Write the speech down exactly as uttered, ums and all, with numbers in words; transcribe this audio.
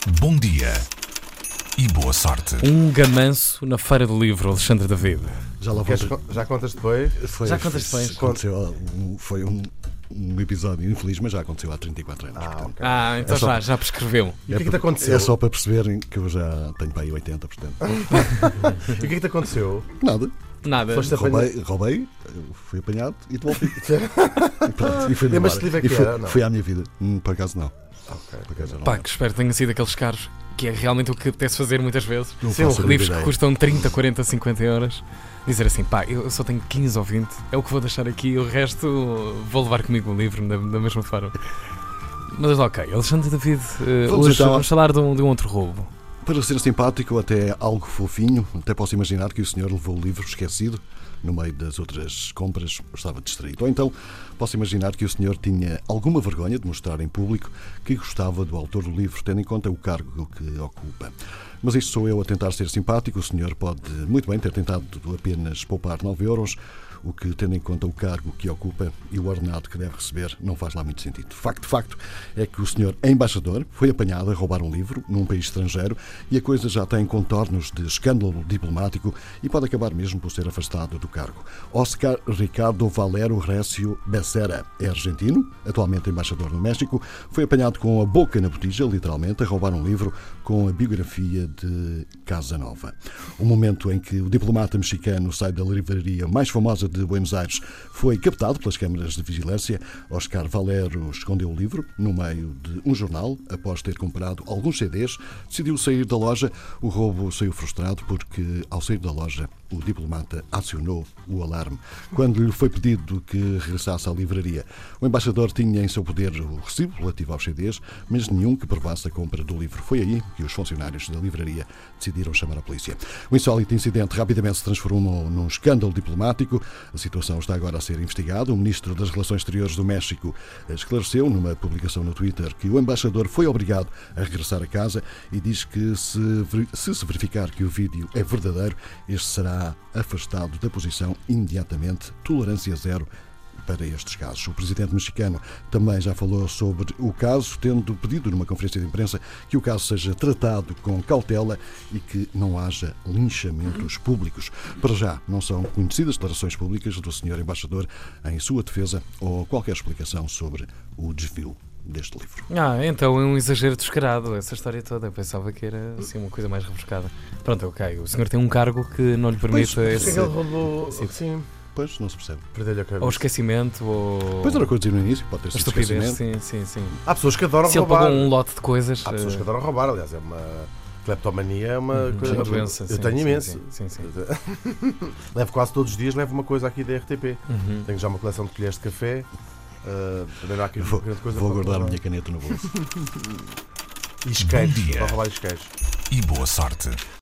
Bom dia e boa sorte. Um gamanço na Feira do Livro, Alexandre David. Já lá Queres vou. con- já contas depois? Foi, Já contas foi- depois? Aconteceu, um- foi um, um episódio infeliz, mas já aconteceu há trinta e quatro anos. Ah, portanto. ok. Ah, então É só- já, já prescreveu. E o que é que te por- aconteceu? É só para perceberem que eu já tenho para aí oitenta, portanto. E o que é que te aconteceu? Nada. Nada. Foste apanhado? Roubei, roubei, fui apanhado e devolvi. E pronto, e fui Lembras-te embora. de livro é E que fui, era, não? fui à minha vida. Hum, Por acaso não. Ok. Por acaso não. Pá, que espero que tenha sido aqueles carros que é realmente o que apetece fazer muitas vezes. Não Sim, faço a Livros mínima que ideia. custam trinta, quarenta, cinquenta euros. Dizer assim, pá, eu só tenho quinze ou vinte, é o que vou deixar aqui, o resto vou levar comigo o livro da, da mesma forma. Mas ok, Alexandre David, eh, Vamos hoje então- vamos falar de um, de um outro roubo. Para ser simpático, até algo fofinho, até posso imaginar que o senhor levou o livro esquecido no meio das outras compras, estava distraído. Ou então posso imaginar que o senhor tinha alguma vergonha de mostrar em público que gostava do autor do livro, tendo em conta o cargo que ocupa. Mas isto sou eu a tentar ser simpático. O senhor pode muito bem ter tentado apenas poupar nove euros, o que, tendo em conta o cargo que ocupa e o ordenado que deve receber, não faz lá muito sentido. Facto de facto é que o senhor embaixador foi apanhado a roubar um livro num país estrangeiro e a coisa já tem contornos de escândalo diplomático e pode acabar mesmo por ser afastado do cargo. Oscar Ricardo Valero Récio Becerra é argentino, atualmente embaixador no México, foi apanhado com a boca na botija, literalmente, a roubar um livro com a biografia de Casanova. O momento em que o diplomata mexicano sai da livraria mais famosa de Buenos Aires foi captado pelas câmaras de vigilância. Oscar Valero escondeu o livro no meio de um jornal. Após ter comprado alguns C Ds, decidiu sair da loja. O roubo saiu frustrado porque, ao sair da loja, o diplomata acionou o alarme. Quando lhe foi pedido que regressasse à livraria, o embaixador tinha em seu poder o recibo relativo aos C Ds, mas nenhum que provasse a compra do livro. Foi aí que os funcionários da livraria decidiram chamar a polícia. O insólito incidente rapidamente se transformou num escândalo diplomático. A situação está agora a ser investigada. O ministro das Relações Exteriores do México esclareceu numa publicação no Twitter que o embaixador foi obrigado a regressar a casa e diz que se se, se verificar que o vídeo é verdadeiro, este será afastado da posição imediatamente. Tolerância zero para estes casos. O presidente mexicano também já falou sobre o caso, tendo pedido numa conferência de imprensa que o caso seja tratado com cautela e que não haja linchamentos públicos. Para já, não são conhecidas declarações públicas do senhor embaixador em sua defesa ou qualquer explicação sobre o desvio deste livro. Ah, então é um exagero descarado essa história toda. Eu pensava que era assim uma coisa mais rebuscada. Pronto, ok. O senhor tem um cargo que não lhe permite Pois, Por que é esse. que ele roubou? Sim. Sim, Pois, não se percebe. perdeu-lhe a cabeça. Ou esquecimento, ou. Pois era o que eu dizia no início, pode ter A sido estupidez, esquecimento. sim, sim, sim. Há pessoas que adoram Se ele roubar. pagou um lote de coisas. Há pessoas que eh, adoram roubar, aliás, é uma cleptomania, é uma uhum, coisa. uma doença. Eu sim, tenho sim, imenso. Sim, sim, sim. Levo quase todos os dias, levo uma coisa aqui da R T P. Uhum. Tenho já uma coleção de colheres de café. Uh, também não há aqui Vou, grande coisa vou para guardar a roubar. minha caneta no bolso. E isqueiros, Bom dia. para roubar isqueiros. E boa sorte.